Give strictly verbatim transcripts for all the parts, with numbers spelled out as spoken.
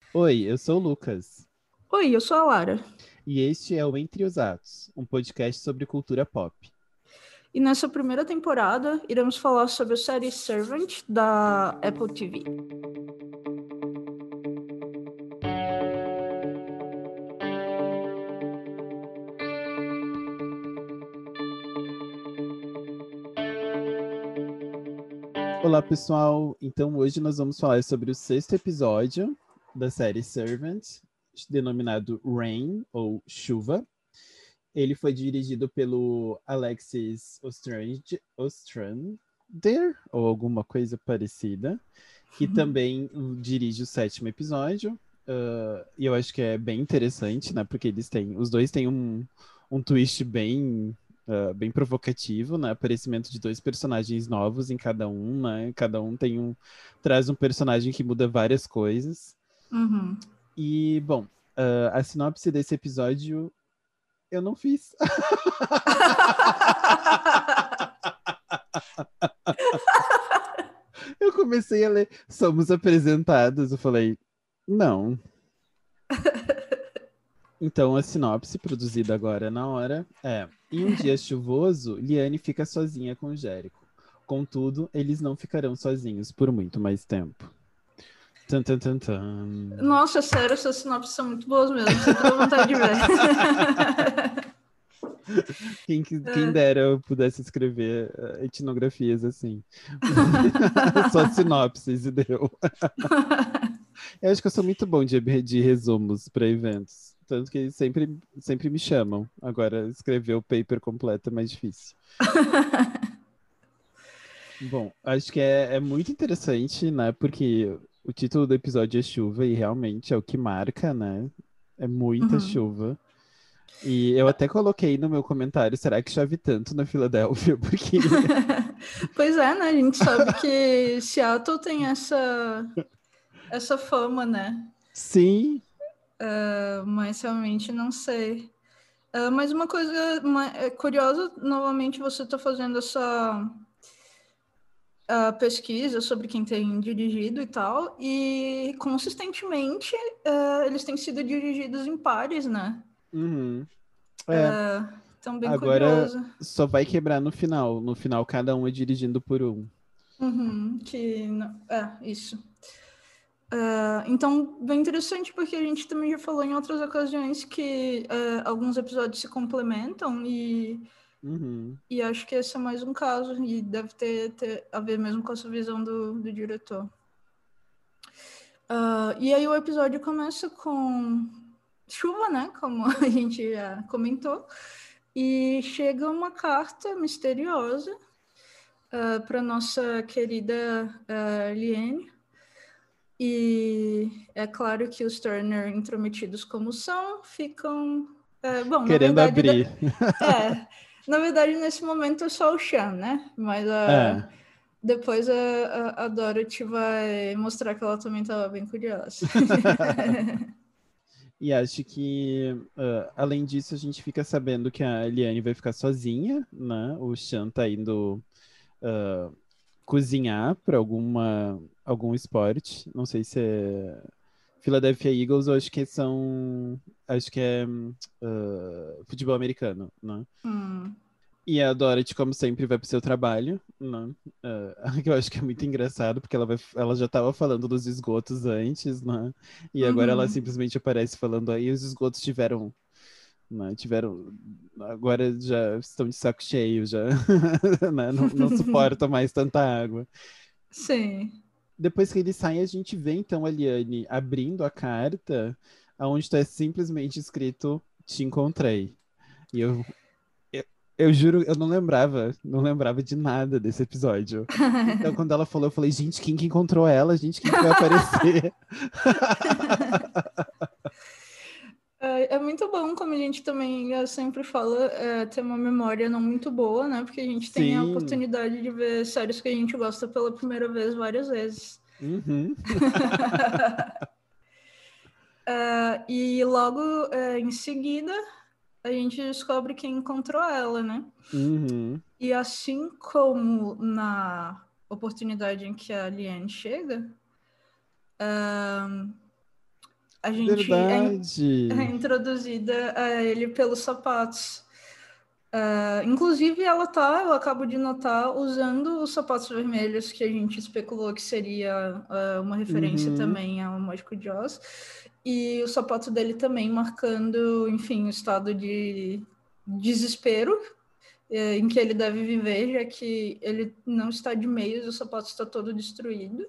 Oi, eu sou o Lucas Oi, eu sou a Lara. e este é o Entre os Atos, um podcast sobre cultura pop. E nessa primeira temporada, iremos falar sobre a série Servant da Apple T V. Olá, pessoal. Então, hoje nós vamos falar sobre o sexto episódio da série Servant, denominado Rain, ou Chuva. Ele foi dirigido pelo Alexis Ostrander, Ostrander ou alguma coisa parecida, que também dirige o sétimo episódio. Uh, e eu acho que é bem interessante, né? Porque eles têm, os dois têm um, um twist bem, uh, bem provocativo, né? Aparecimento de dois personagens novos em cada um, né? Cada um tem um, traz um personagem que muda várias coisas. Uhum. E, bom, uh, a sinopse desse episódio eu não fiz. Eu comecei a ler, somos apresentados, eu falei, não. Então, a sinopse, produzida agora na hora, é: em um dia chuvoso, Liane fica sozinha com Jericho. Contudo, eles não ficarão sozinhos por muito mais tempo. Tan, tan, tan, tan. Nossa, sério, essas sinopses são muito boas mesmo. Sempre dá vontade de ver. Quem, quem dera eu pudesse escrever uh, etnografias assim. Só sinopses e deu. Eu acho que eu sou muito bom de, de resumos para eventos. Tanto que sempre, sempre me chamam. Agora, escrever o paper completo é mais difícil. Bom, acho que é, é muito interessante, né? Porque o título do episódio é chuva e realmente é o que marca, né? É muita Uhum. chuva. E eu até coloquei no meu comentário, será que chove tanto na Filadélfia? Porque Pois é, né? A gente sabe que Seattle tem essa, essa fama, né? sim, Uh, mas realmente não sei. Uh, mas uma coisa uma, é curiosa, novamente, você está fazendo essa uh, pesquisa sobre quem tem dirigido e tal, e consistentemente uh, eles têm sido dirigidos em pares, né? uhum. É, Uh, então, bem agora curioso. só vai quebrar no final. No final, cada um é dirigindo por um. Uhum, que é isso. Uh, então, bem interessante, porque a gente também já falou em outras ocasiões que uh, alguns episódios se complementam e, Uhum. e acho que esse é mais um caso, e deve ter, ter a ver mesmo com essa visão do, do diretor. Uh, e aí o episódio começa com chuva, né? Como a gente já comentou. E chega uma carta misteriosa uh, para nossa querida uh, Liane. E é claro que os Turner, intrometidos como são, ficam... Uh, bom, na Querendo verdade... abrir. É, na verdade, nesse momento é só o Sean, né? Mas uh, É. depois a, a, a Dorothy vai mostrar que ela também estava bem curiosa. E acho que, uh, além disso, a gente fica sabendo que a Eliane vai ficar sozinha, né? O Sean tá indo uh, cozinhar para alguma algum esporte. Não sei se é Philadelphia Eagles ou acho que são. Acho que é uh, futebol americano, né? Hum. E a Dorothy, como sempre, vai pro seu trabalho, né? Uh, que eu acho que é muito engraçado, porque ela, vai, ela já estava falando dos esgotos antes, né? E agora ela Uhum. simplesmente aparece falando aí, os esgotos tiveram, né? Tiveram, agora já estão de saco cheio, já, né? Não, não suportam mais tanta água. Sim. Depois que ele sai, a gente vê então a Liane abrindo a carta, aonde está simplesmente escrito "Te encontrei". E eu, eu, eu juro, eu não lembrava, não lembrava de nada desse episódio. Então, quando ela falou, eu falei, gente, quem que encontrou ela? Gente, quem que vai aparecer? É, é muito bom, como a gente também é, sempre fala, é, ter uma memória não muito boa, né? Porque a gente tem a Sim. oportunidade de ver séries que a gente gosta pela primeira vez várias vezes. Uhum. É, e logo é, em seguida, a gente descobre quem encontrou ela, né? Uhum. E assim como na oportunidade em que a Liane chega, A gente é, in- Verdade. é introduzida a ele pelos sapatos. Uh, inclusive, ela tá, eu acabo de notar, usando os sapatos vermelhos que a gente especulou que seria uh, uma referência Uhum. também ao Mágico de Oz. E o sapato dele também marcando, enfim, o estado de desespero eh, em que ele deve viver, já que ele não está de meios, o sapato está todo destruído.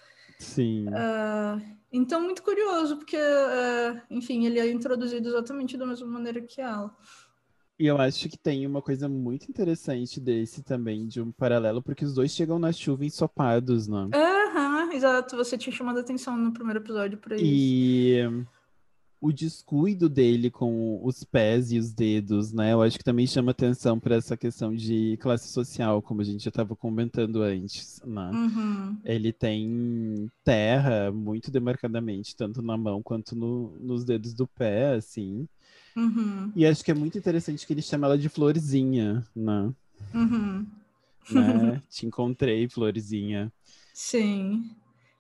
Sim. Uh, então, muito curioso, porque, uh, enfim, ele é introduzido exatamente da mesma maneira que ela. E eu acho que tem uma coisa muito interessante desse também, de um paralelo, porque os dois chegam na chuva ensopados, né? Aham, exato. Você tinha chamado a atenção no primeiro episódio para isso. E o descuido dele com os pés e os dedos, né? Eu acho que também chama atenção para essa questão de classe social, como a gente já estava comentando antes, né? Uhum. Ele tem terra muito demarcadamente, tanto na mão quanto no- nos dedos do pé, assim. Uhum. E acho que é muito interessante que ele chama ela de Florzinha, né? Uhum. né? Te encontrei, Florzinha. Sim.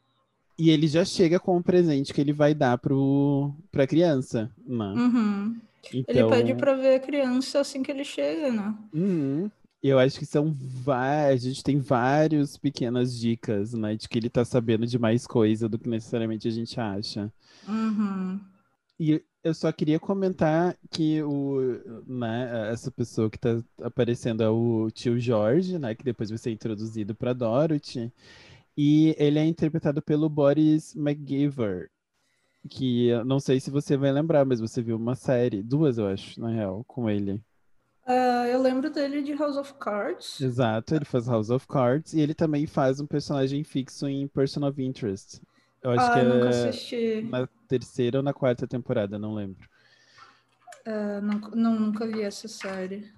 E ele já chega com o presente que ele vai dar pro, pra criança, né? Uhum. Ele pede Então, para ver a criança assim que ele chega, né? uhum, eu acho que são várias, a gente tem várias pequenas dicas, né? De que ele tá sabendo de mais coisa do que necessariamente a gente acha. Uhum. E eu só queria comentar que o, né, essa pessoa que tá aparecendo é o tio Jorge, né? Que depois vai ser introduzido pra Dorothy. E ele é interpretado pelo Boris McGiver, que eu não sei se você vai lembrar, mas você viu uma série, duas, eu acho, na real, com ele. Uh, eu lembro dele de House of Cards. Exato, ele faz House of Cards e ele também faz um personagem fixo em Person of Interest. Eu acho que Ah, eu nunca é assisti. na terceira ou na quarta temporada, não lembro. Uh, não, não, nunca vi essa série.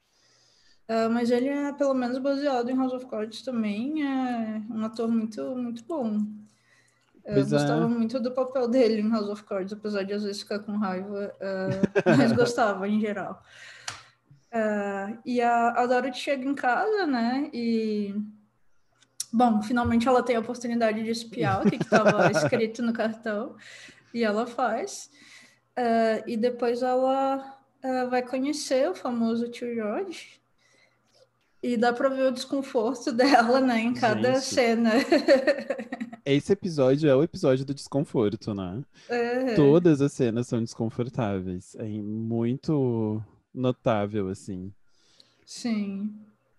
Uh, mas ele é, pelo menos, baseado em House of Cards também. É um ator muito, muito bom. Eu Pois gostava é. muito do papel dele em House of Cards, apesar de às vezes ficar com raiva, uh, mas gostava em geral. Uh, e a, a Dorothy chega em casa, né? E, bom, finalmente ela tem a oportunidade de espiar o que estava escrito no cartão, e ela faz. Uh, e depois ela uh, vai conhecer o famoso tio George. E dá para ver o desconforto dela, né, em cada Gente, cena. esse episódio é o episódio do desconforto, né? Uhum. Todas as cenas são desconfortáveis. É muito notável, assim. Sim.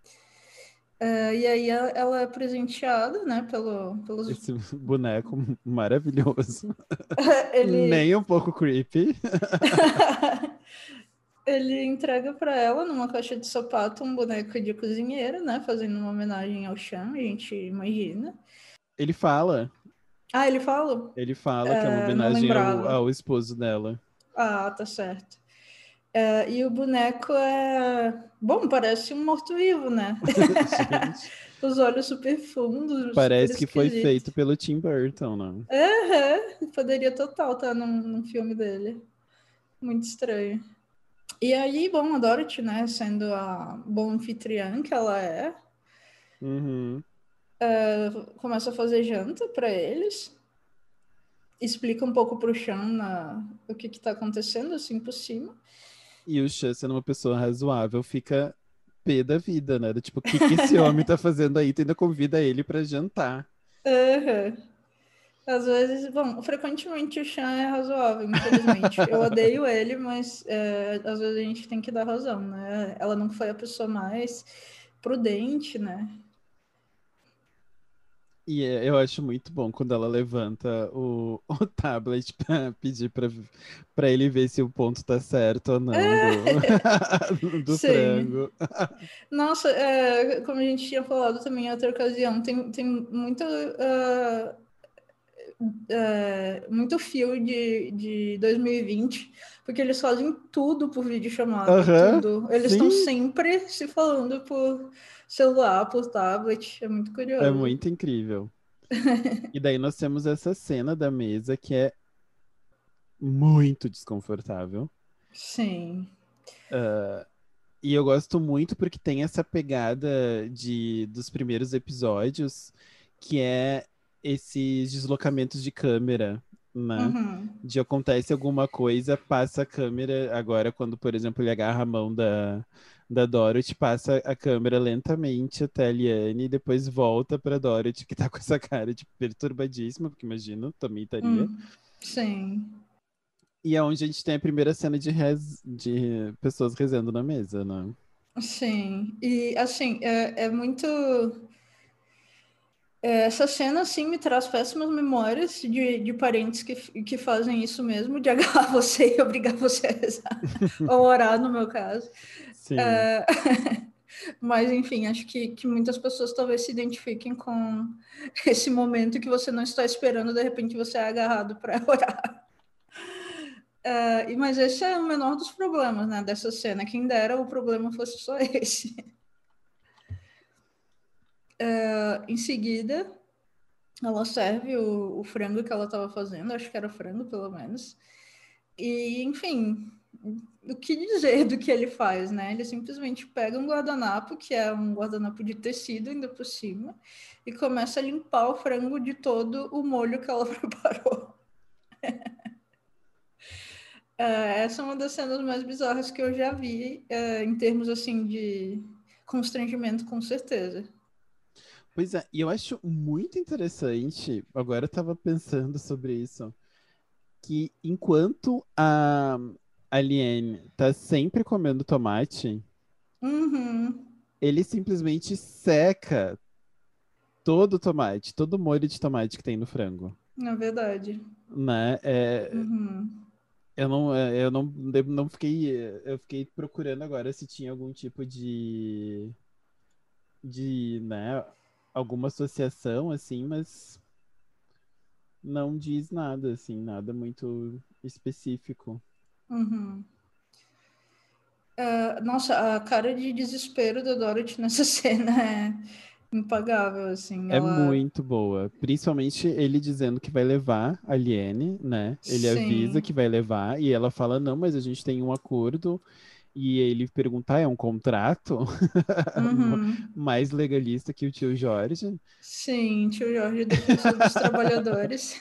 Uh, e aí ela, ela é presenteada, né, pelo, pelos... Esse boneco maravilhoso. ele... Nem um pouco creepy. ele entrega para ela, numa caixa de sapato, um boneco de cozinheira, né, fazendo uma homenagem ao Chan, a gente imagina. Ele fala. Ah, ele fala? Ele fala que é uma Uh, não homenagem ao, lembrava. ao esposo dela. Ah, tá certo. Uh, e o boneco é... Bom, parece um morto-vivo, né? Gente, Os olhos super fundos, super parece que foi esquisitos. feito pelo Tim Burton, não? Uhum. Poderia total estar num, num filme dele. Muito estranho. E aí, bom, a Dorothy, né, sendo a boa anfitriã que ela é, Uhum. uh, começa a fazer janta para eles, explica um pouco pro Sean na, o que que tá acontecendo, assim, por cima. E o Chan, sendo uma pessoa razoável, fica pé da vida, né? Do tipo, o que, que esse homem tá fazendo aí? Tu ainda convida ele pra jantar. Uhum. Às vezes, bom, frequentemente o Sean é razoável, infelizmente. Eu odeio ele, mas é, às vezes a gente tem que dar razão, né? Ela não foi a pessoa mais prudente, né? E é- eu acho muito bom quando ela levanta o, o tablet pra pedir pra, pra ele ver se o ponto tá certo ou não do, do Sim. frango. Nossa, é, como a gente tinha falado também em outra ocasião, tem, tem muito, uh, uh, muito fio de, de dois mil e vinte, porque eles fazem tudo por videochamada, Aham, tudo. Eles estão sim. sempre se falando por celular, por tablet, é muito É curioso. muito incrível. E daí nós temos essa cena da mesa que é muito desconfortável. Sim. Ah, e eu gosto muito porque tem essa pegada de, dos primeiros episódios, que é esses deslocamentos de câmera. né? Uhum. De acontece alguma coisa, passa a câmera. Agora, quando, por exemplo, ele agarra a mão da, da Dorothy, passa a câmera lentamente até a Liane e depois volta pra Dorothy, que tá com essa cara de perturbadíssima, porque imagino, também estaria. Hum, sim. E é onde a gente tem a primeira cena de, rez... de pessoas rezando na mesa, né? Sim. E, assim, é, é muito... É, essa cena, assim, me traz péssimas memórias de, de parentes que, que fazem isso mesmo, de agarrar você e obrigar você a rezar, ou orar, no meu caso. Sim. É... Mas, enfim, acho que, que muitas pessoas talvez se identifiquem com esse momento que você não está esperando, de repente você é agarrado para orar. É, mas esse é o menor dos problemas, né, dessa cena. Quem dera o problema fosse só esse. É, em seguida, ela serve o, o frango que ela estava fazendo, acho que era frango, pelo menos. E, enfim, o que dizer do que ele faz, né? Ele simplesmente pega um guardanapo, que é um guardanapo de tecido ainda por cima, e começa a limpar o frango de todo o molho que ela preparou. É, essa é uma das cenas mais bizarras que eu já vi, é, em termos, assim, de constrangimento, com certeza. Pois é, e eu acho muito interessante, agora eu tava pensando sobre isso, que enquanto a Aliene tá sempre comendo tomate, Uhum, ele simplesmente seca todo o tomate, todo o molho de tomate que tem no frango, na verdade. né? É, Uhum. eu não, é, eu não, não fiquei, eu fiquei procurando agora se tinha algum tipo de, de, né, alguma associação assim, mas não diz nada, assim, nada muito específico. Uhum. Uh, nossa, a cara de desespero da Dorothy nessa cena é impagável, assim, É ela... muito boa. Principalmente ele dizendo que vai levar a Liene, né? Ele avisa que Sim, vai levar e ela fala, não, mas a gente tem um acordo. E ele pergunta, ah, é um contrato? uhum. Mais legalista que o tio Jorge. Sim, tio Jorge, defensor dos trabalhadores.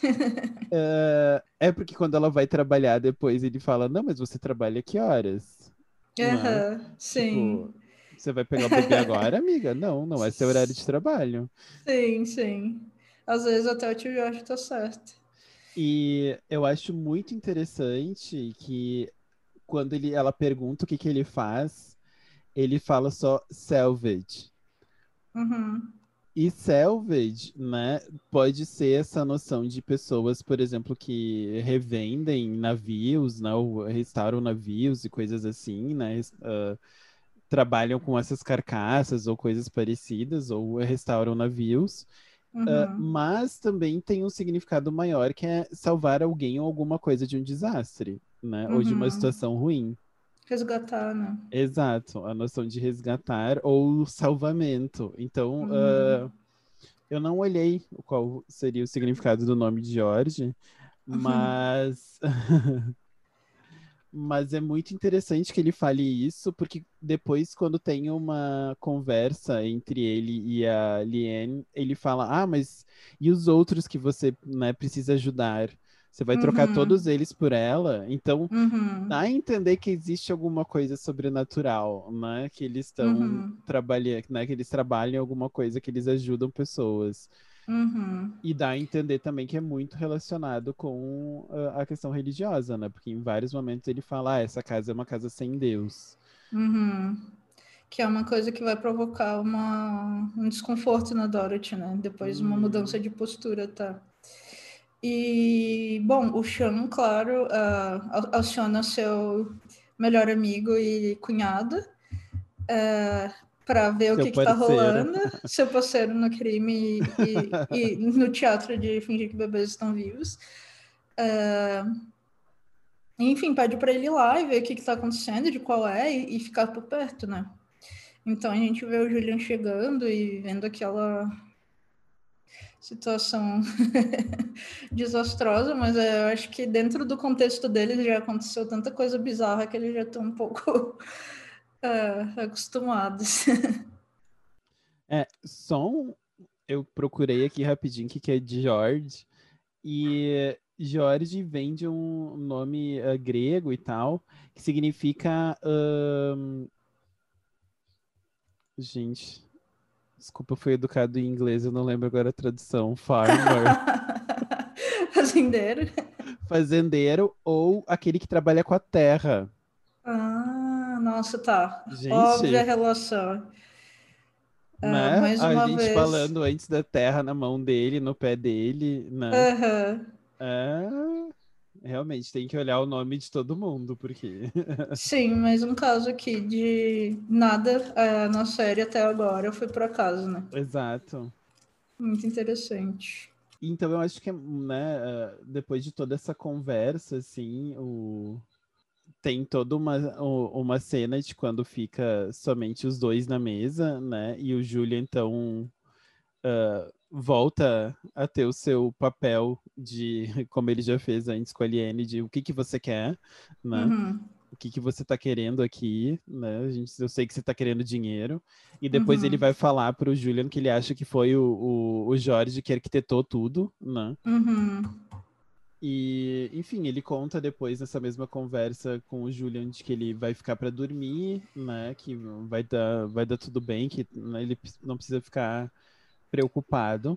É, é porque quando ela vai trabalhar depois, ele fala, não, mas você trabalha que horas? Né? Aham, Tipo, sim. você vai pegar o bebê agora, amiga? Não, não é seu horário de trabalho. Sim, sim. Às vezes até o tio Jorge tá certo. E eu acho muito interessante que quando ele, ela pergunta o que que ele faz, ele fala só salvage. Uhum, E salvage, né, pode ser essa noção de pessoas, por exemplo, que revendem navios, né, ou restauram navios e coisas assim, né, res- ah, trabalham com essas carcaças ou coisas parecidas, ou restauram navios. Ah, uhum, mas também tem um significado maior que é salvar alguém ou alguma coisa de um desastre, né? Ou de uma uhum. situação ruim. Resgatar, né? Exato, a noção de resgatar ou salvamento. Então, Uhum, ah, eu não olhei qual seria o significado do nome de George, mas Mas é muito interessante que ele fale isso, porque depois, quando tem uma conversa entre ele e a Liane, ele fala: Ah, mas e os outros que você, né, precisa ajudar? Você vai trocar todos uhum, eles por ela? Então, dá uhum, a entender que existe alguma coisa sobrenatural, né? Que eles estão uhum, trabalhando, né? Que eles trabalham em alguma coisa que eles ajudam pessoas. uhum, E dá a entender também que é muito relacionado com ah, a questão religiosa, né? Porque em vários momentos ele fala, ah, essa casa é uma casa sem Deus. uhum. Que é uma coisa que vai provocar uma, um desconforto na Dorothy, né? Depois uma mudança Uhum. de postura, tá? E, bom, o Sean, claro, uh, aciona seu melhor amigo e cunhado uh, para ver o Seu que está parceiro. rolando, seu parceiro no crime e, e, e, no teatro de fingir que bebês estão vivos. Uh, enfim, pede para ele ir lá e ver o que está acontecendo, de qual é, e, e ficar por perto, né? Então a gente vê o Julian chegando e vendo aquela situação desastrosa, mas eu acho que dentro do contexto deles já aconteceu tanta coisa bizarra que eles já estão um pouco uh, acostumados. É, só um, eu procurei aqui rapidinho o que que é George. E Jorge vem de um nome uh, grego e tal, que significa... Um... Gente, desculpa, eu fui educado em inglês, eu não lembro agora a tradução. Farmer. Fazendeiro. Fazendeiro ou aquele que trabalha com a terra. Ah, nossa, tá. Gente, óbvia relação. né? Uh, mais A uma gente vez. falando antes da terra na mão dele, no pé dele, né? Uhum. É... Realmente, tem que olhar o nome de todo mundo, porque... Sim, mas um caso aqui de nada é, na série até agora eu fui por acaso, né? Exato. Muito interessante. Então, eu acho que, né, depois de toda essa conversa, assim, o... tem toda uma, uma cena de quando fica somente os dois na mesa, né? E o Júlio, então, uh, volta a ter o seu papel de, como ele já fez antes com a Liane, de o que, que você quer, né? Uhum. O que, que você tá querendo aqui, né? A gente, eu sei que você tá querendo dinheiro. E depois ele Uhum. vai falar pro Julian que ele acha que foi o, o, o Jorge que arquitetou tudo, né? Uhum. E, enfim, ele conta depois nessa mesma conversa com o Julian de que ele vai ficar para dormir, né? Que vai dar, vai dar tudo bem, que né, ele não precisa ficar preocupado.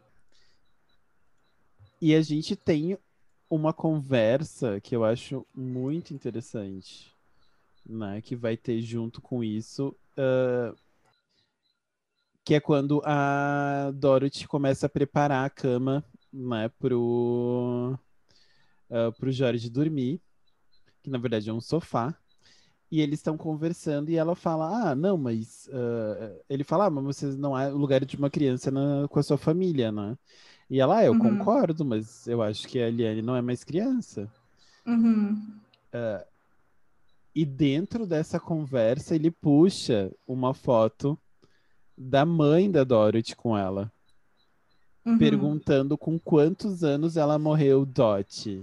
E a gente tem uma conversa que eu acho muito interessante, né? Que vai ter junto com isso, uh, que é quando a Dorothy começa a preparar a cama, né? Pro, uh, pro Jorge dormir, que na verdade é um sofá. E eles estão conversando e ela fala: Ah, não, mas. Uh, ele fala: Ah, mas você não é o lugar de uma criança na, com a sua família, né? E ela: Ah, eu Uhum. concordo, mas eu acho que a Eliane não é mais criança. Uhum. Uh, e dentro dessa conversa, ele puxa uma foto da mãe da Dorothy com ela, Uhum. perguntando com quantos anos ela morreu, Dot.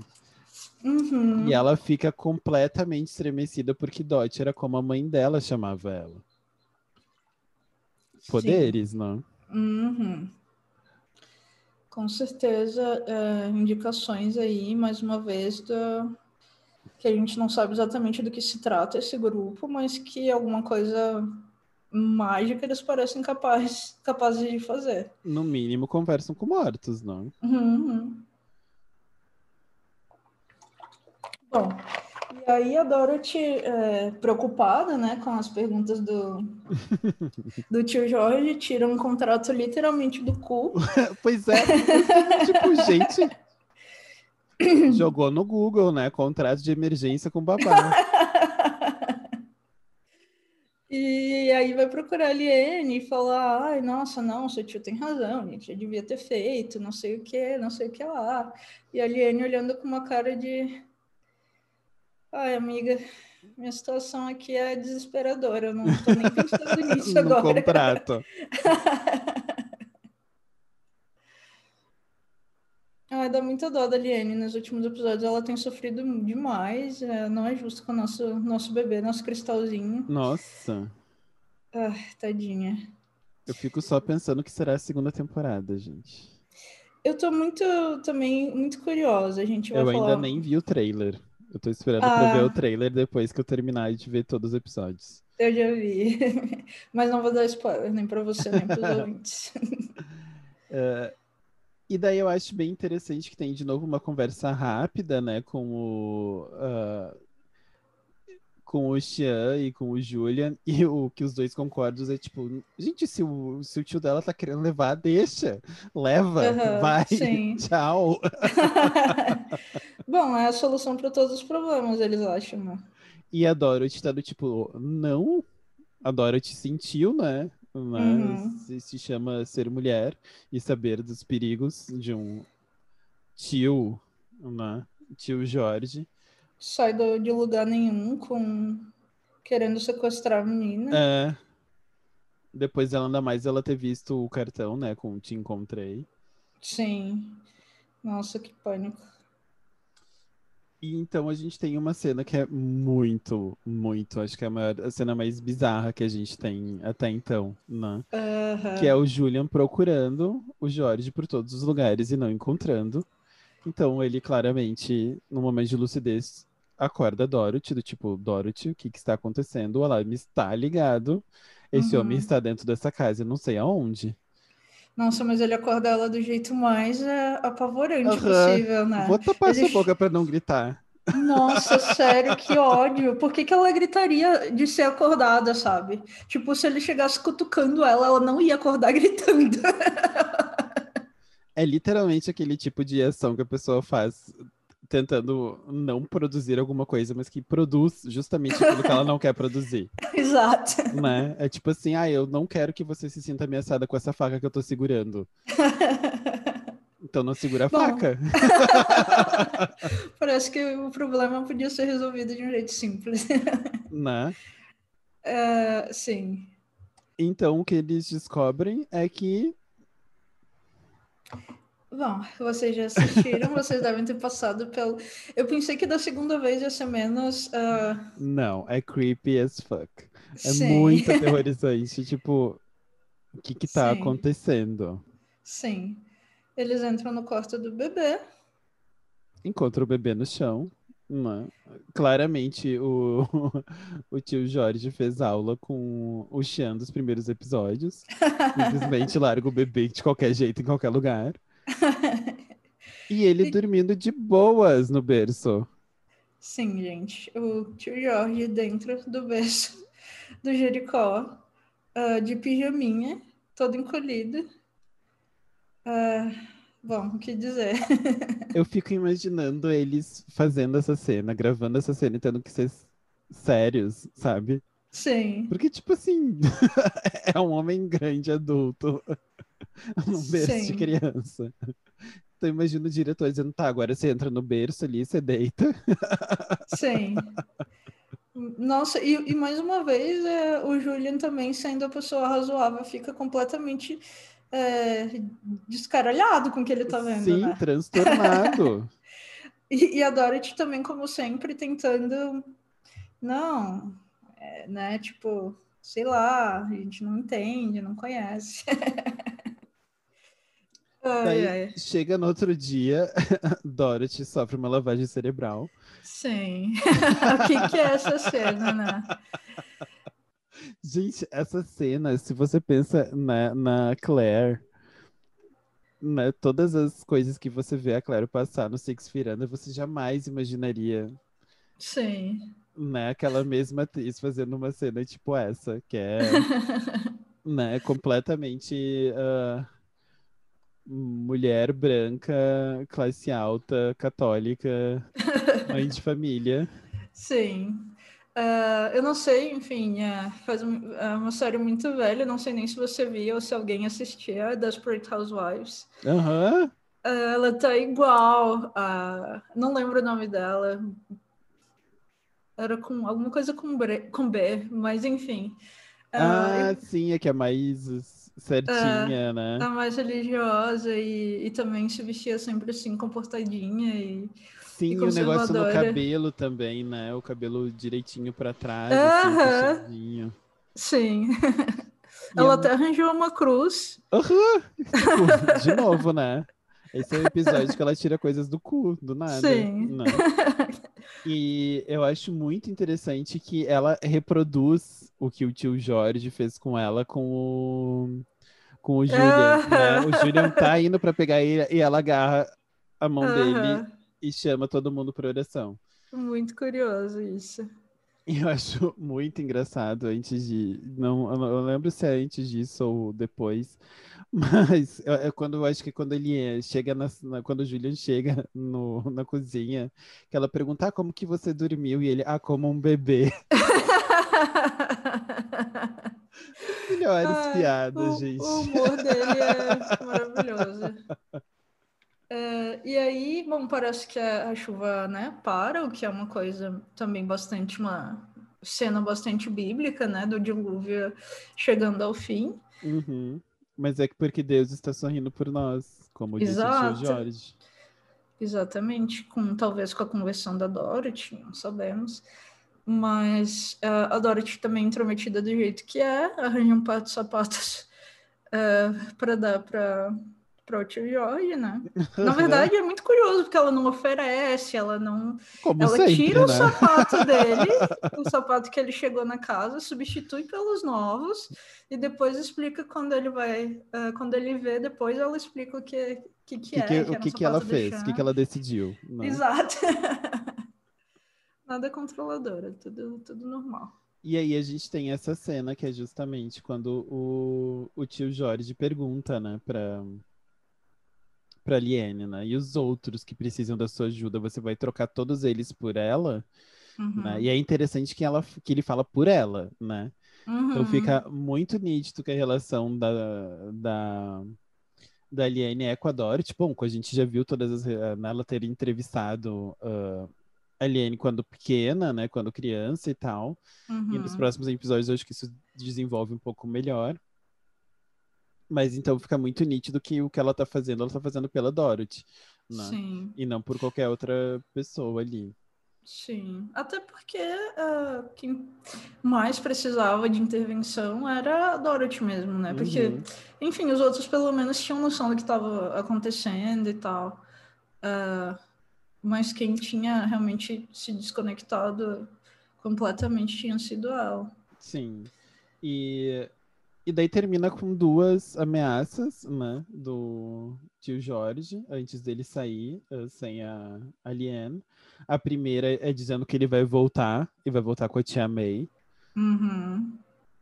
E Uhum. ela fica completamente estremecida porque Dot era como a mãe dela chamava ela. Sim. Poderes, não? Uhum. Com certeza, é, indicações aí, mais uma vez, do, que a gente não sabe exatamente do que se trata esse grupo, mas que alguma coisa mágica eles parecem capazes, capazes de fazer. No mínimo, conversam com mortos, não? Uhum. Bom, e aí a Dorothy, é, preocupada, né, com as perguntas do, do tio Jorge, tira um contrato literalmente do cu. Pois é, eu fiquei tipo, gente, jogou no Google, né? Contrato de emergência com babá. E aí vai procurar a Liene e falar, ai, nossa, não, seu tio tem razão, gente, já devia ter feito, não sei o que, não sei o que lá. E a Liene olhando com uma cara de, ai, amiga, minha situação aqui é desesperadora, eu não tô nem pensando nisso No agora. contrato. Ai, dá muita dó da Liene, nos últimos episódios ela tem sofrido demais, é, não é justo com o nosso, nosso bebê, nosso cristalzinho. Nossa, Ai, tadinha. eu fico só pensando que será a segunda temporada, gente. Eu tô muito, também, muito curiosa, a gente vai Eu ainda falar... nem vi o trailer. Eu tô esperando pra ver o Ah, trailer depois que eu terminar de ver todos os episódios. eu já vi. Mas não vou dar spoiler, nem para você, nem para os ouvintes. Uh, e daí eu acho bem interessante que tem de novo uma conversa rápida, né, com o, uh, com o Xian e com o Julian, e o que os dois concordam é tipo, gente, se o, se o tio dela tá querendo levar, deixa, leva, Uhum, vai, sim. tchau. Bom, é a solução para todos os problemas, eles acham, né? E a Dorothy tá do tipo, não, a Dorothy sentiu, né? né? Uhum. Se, se chama ser mulher e saber dos perigos de um tio, né? Tio Jorge. Sai do, de lugar nenhum com querendo sequestrar a menina. É, depois ela ainda mais ela ter visto o cartão, né? Com Te Encontrei. Sim. Nossa, que pânico. E então a gente tem uma cena que é muito, muito, acho que é a, maior, a cena mais bizarra que a gente tem até então, né? Que é Uhum. o Julian procurando o Jorge por todos os lugares e não encontrando. Então, ele claramente, no momento de lucidez, acorda Dorothy, do tipo, Dorothy, o que que está acontecendo? O alarme está ligado. Esse homem Uhum. está dentro dessa casa, eu não sei aonde. Nossa, mas ele acorda ela do jeito mais é, apavorante Aham. possível, né? Vou tapar Ele... sua boca para não gritar. Nossa, sério, que ódio. Por que que ela gritaria de ser acordada, sabe? Tipo, se ele chegasse cutucando ela, ela não ia acordar gritando. É literalmente aquele tipo de ação que a pessoa faz tentando não produzir alguma coisa, mas que produz justamente aquilo que ela não quer produzir, Exato. né? É tipo assim, ah, eu não quero que você se sinta ameaçada com essa faca que eu tô segurando. Então não segura a Bom, faca. parece que o problema podia ser resolvido de um jeito simples. Né? Uh, sim. Então o que eles descobrem é que Bom, vocês já assistiram, vocês devem ter passado pelo. Eu pensei que da segunda vez ia ser menos. Uh... não, é creepy as fuck. É Sim, muito aterrorizante, tipo, o que que tá sim, acontecendo? sim. Eles entram no quarto do bebê. Encontra o bebê no chão. Né? Claramente o, o tio Jorge fez aula com o Xian dos primeiros episódios. Simplesmente larga o bebê de qualquer jeito, em qualquer lugar. E ele E... dormindo de boas no berço. Sim, gente. O tio Jorge dentro do berço do Jericó, uh, de pijaminha, todo encolhido. Uh, bom, o que dizer? Eu fico imaginando eles fazendo essa cena, gravando essa cena e tendo que ser sérios, sabe? Sim, Porque, tipo assim, é um homem grande, adulto, num berço de sim, criança. Então, imagina o diretor dizendo: tá, agora você entra no berço ali, você deita. sim. Nossa, e, e mais uma vez, é, o Julian também, sendo a pessoa razoável, fica completamente é, descaralhado com o que ele tá vendo, Sim, né? transtornado. E, e a Dorothy também, como sempre, tentando. Não, é, né? Tipo, sei lá, a gente não entende, não conhece. Ai, Daí ai. chega no outro dia, Dorothy sofre uma lavagem cerebral. Sim. O que que é essa cena, né? Gente, essa cena, se você pensa na, na Claire, né, todas as coisas que você vê a Claire passar no Six Feet Under, você jamais imaginaria, Sim. né, aquela mesma atriz fazendo uma cena tipo essa, que é, né, completamente ah, mulher branca, classe alta, católica, mãe de família. Sim. Uh, eu não sei, enfim, é, faz um, é uma série muito velha, não sei nem se você viu ou se alguém assistia, Desperate Housewives. Aham. Uh, ela tá igual a. Não lembro o nome dela. Era com alguma coisa com, bre, com B, mas enfim. Uh, Ah, e, sim, é que é mais uh, certinha, né? a mais religiosa e, e também se vestia sempre assim, comportadinha e, e Sim, e o negócio no conservadora. cabelo também, né? O cabelo direitinho pra trás, assim, Aham, puxadinho. sim. E é Ela até muito. arranjou uma cruz. Aham! Tipo, de novo, né? Esse é o episódio que ela tira coisas do cu, do nada, Sim. né? E eu acho muito interessante que ela reproduz o que o tio Jorge fez com ela com o, com o Julian, né? O Julian tá indo pra pegar ele e ela agarra a mão dele Aham. e chama todo mundo pra oração. Muito curioso isso. E eu acho muito engraçado antes de. Não, eu não eu lembro se é antes disso ou depois. Mas é é quando eu acho que quando ele é- chega na, na- quando o Julian chega no, na cozinha, que ela pergunta: ah, como que você dormiu? E ele, ah, como um bebê. Melhores Ai, piadas, o, o gente. humor dele é maravilhoso. É, e aí, bom, parece que a, a chuva, né, para, o que é uma coisa também bastante, uma cena bastante bíblica, né, do dilúvio chegando ao fim. Uhum. Mas é que porque Deus está sorrindo por nós, como disse o tio Exato, Jorge. exatamente, com talvez com a conversão da Dorothy, não sabemos. Mas uh, a Dorothy também intrometida do jeito que é, arranja um par de sapatos uh, para dar para para o tio Jorge, né? Na verdade, é muito curioso, porque ela não oferece, ela não... Como ela sempre, tira o né? sapato dele, o sapato que ele chegou na casa, substitui pelos novos, e depois explica quando ele vai... Uh, quando ele vê, depois ela explica o que, que, que Que que, é, que o era um que, que ela sapato do fez? O que, que Chan. ela decidiu? Né? Exato. Nada controladora, tudo, tudo normal. E aí a gente tem essa cena que é justamente quando o, o tio Jorge pergunta, né, pra, pra Liane, né? E os outros que precisam da sua ajuda, você vai trocar todos eles por ela? Né? Uhum. E é interessante que, ela, que ele fala por ela, né? Então Uhum. fica muito nítido que a relação da, da, da Liane é com a Dorothy. Bom, a gente já viu todas as... né, ela ter entrevistado uh, a Liane quando pequena, né? Quando criança e tal. E nos Uhum. próximos episódios eu acho que isso desenvolve um pouco melhor. Mas então fica muito nítido que o que ela tá fazendo, ela tá fazendo pela Dorothy, né? Sim. E não por qualquer outra pessoa ali. Sim, até porque uh, quem mais precisava de intervenção era a Dorothy mesmo, né? Porque, Uhum. enfim, os outros pelo menos tinham noção do que estava acontecendo e tal. Uh, mas quem tinha realmente se desconectado completamente tinha sido ela. Sim. E, e daí termina com duas ameaças, né? Do tio Jorge, antes dele sair, uh, sem a, a Liane. A primeira é dizendo que ele vai voltar, e vai voltar com a tia May, Uhum.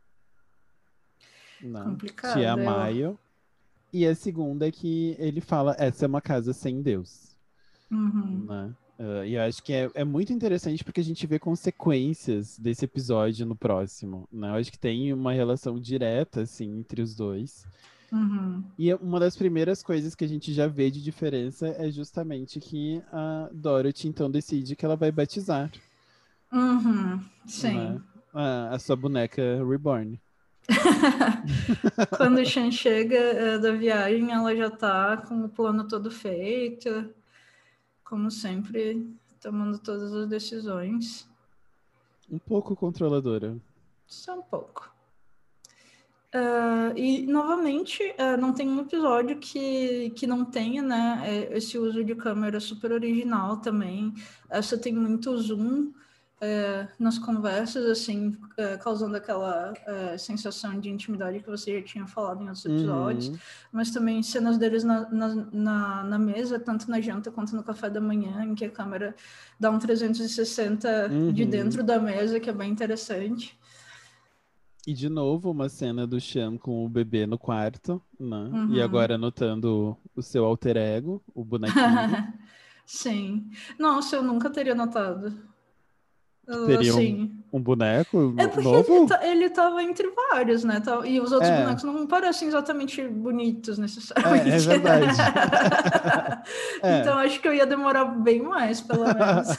né? Tia Complicado, eu. Maio. E a segunda é que ele fala, essa é uma casa sem Deus, Uhum. né? Uh, e eu acho que é, é muito interessante porque a gente vê consequências desse episódio no próximo, né? Eu acho que tem uma relação direta, assim, entre os dois. Uhum. E uma das primeiras coisas que a gente já vê de diferença é justamente que a Dorothy, então, decide que ela vai batizar, Uhum. né? Sim. A, a sua boneca Reborn. Quando o Shan chega é, da viagem, ela já tá com o plano todo feito, como sempre, tomando todas as decisões. Um pouco controladora. Só um pouco. Uh, e, novamente, uh, não tem um episódio que, que não tenha, né, esse uso de câmera super original também. Essa tem muito zoom uh, nas conversas, assim, uh, causando aquela uh, sensação de intimidade que você já tinha falado em outros episódios. Uhum. Mas também cenas deles na, na, na, na mesa, tanto na janta quanto no café da manhã, em que a câmera dá um trezentos e sessenta de Uhum. dentro da mesa, que é bem interessante. E de novo, uma cena do Sean com o bebê no quarto, né? E agora Uhum. anotando o seu alter ego, o bonequinho, Sim. Nossa, eu nunca teria notado. que Uh, teria um, Assim. um boneco É no- porque ele, novo. tá, ele tava entre vários, né? Tá- E os outros É, bonecos não parecem exatamente bonitos é, é necessariamente. verdade. É. Então acho que eu ia demorar bem mais, pelo menos.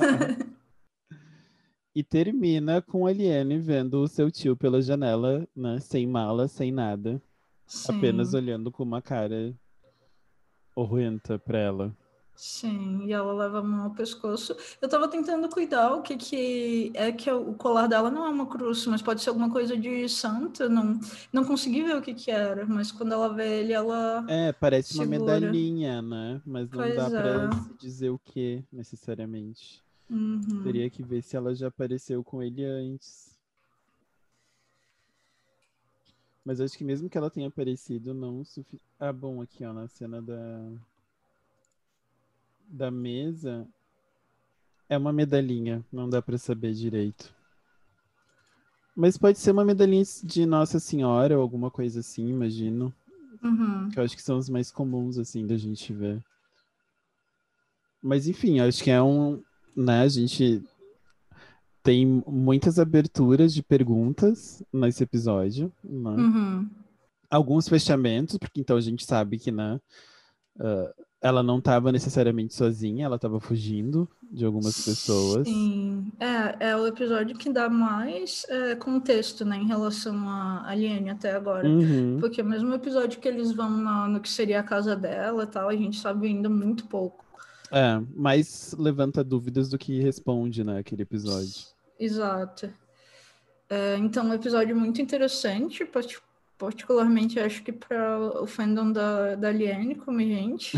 E termina com a Liane vendo o seu tio pela janela, né? Sem mala, sem nada. Apenas Sim. olhando com uma cara horrenda pra ela. Sim, e ela leva a mão ao pescoço. Eu tava tentando cuidar o que que é que o colar dela não é uma cruz, mas pode ser alguma coisa de santo. Não, não consegui ver o que que era, mas quando ela vê ele, ela É, parece uma segura. medalhinha, né? Mas não dá Pois pra é. se dizer o que necessariamente. Uhum. Teria que ver se ela já apareceu com ele antes. Mas acho que mesmo que ela tenha aparecido, não sufi... Ah, bom, aqui, ó, na cena da, da mesa, é uma medalhinha, não dá pra saber direito. Mas pode ser uma medalhinha de Nossa Senhora ou alguma coisa assim, imagino. Uhum. Que eu acho que são os mais comuns, assim, da gente ver. Mas enfim, acho que é um, né, a gente tem muitas aberturas de perguntas nesse episódio, né? Uhum. Alguns fechamentos, porque então a gente sabe que, né, uh, ela não estava necessariamente sozinha, ela estava fugindo de algumas pessoas. Sim, é, é o episódio que dá mais é, contexto, né, em relação a Aliene até agora. Uhum. Porque mesmo o episódio que eles vão na- no que seria a casa dela e tal, a gente sabe ainda muito pouco. É, mais levanta dúvidas do que responde, né, aquele episódio. Exato. É, então, um episódio muito interessante, particularmente acho que para o fandom da, da Liane, como gente.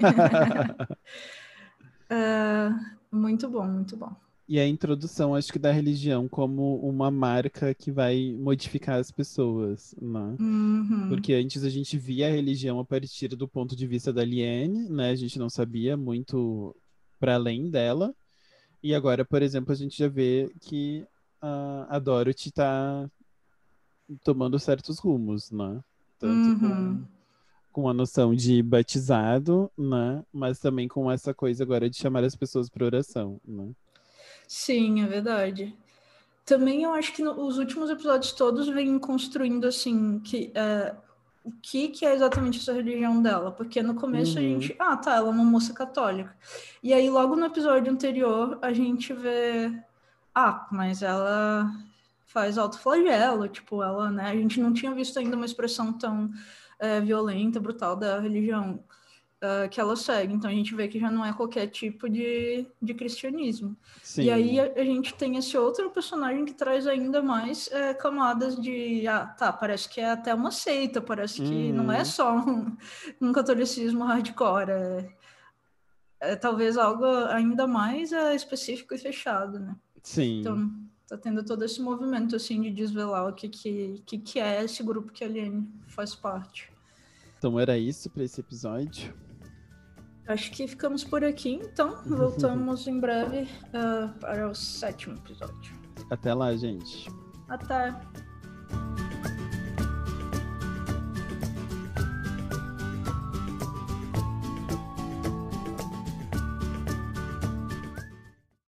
é, muito bom, muito bom. E a introdução, acho que da religião como uma marca que vai modificar as pessoas, né? Uhum. Porque antes a gente via a religião a partir do ponto de vista da Liane, né? A gente não sabia muito para além dela. E agora, por exemplo, a gente já vê que a, a Dorothy tá tomando certos rumos, né? Tanto Uhum. com, com a noção de batizado, né? Mas também com essa coisa agora de chamar as pessoas para oração, né? Sim, é verdade. Também eu acho que no, os últimos episódios todos vêm construindo, assim, que, é, o que, que é exatamente essa religião dela. Porque no começo Uhum. a gente... Ah, tá, ela é uma moça católica. E aí, logo no episódio anterior, a gente vê... Ah, mas ela faz autoflagelo, tipo, ela, né? A gente não tinha visto ainda uma expressão tão é, violenta, brutal da religião uh, que ela segue. Então a gente vê que já não é qualquer tipo de, de cristianismo. Sim. E aí a, a gente tem esse outro personagem que traz ainda mais é, camadas de, ah, tá, parece que é até uma seita, parece Uhum. que não é só um, um catolicismo hardcore, é, é talvez algo ainda mais é, específico e fechado, né? Sim. Então, tá tendo todo esse movimento, assim, de desvelar o que, que, que, que é esse grupo que a Aliene faz parte. Então era isso para esse episódio? Acho que ficamos por aqui, então. Voltamos em breve uh, para o sétimo episódio. Até lá, gente. Até!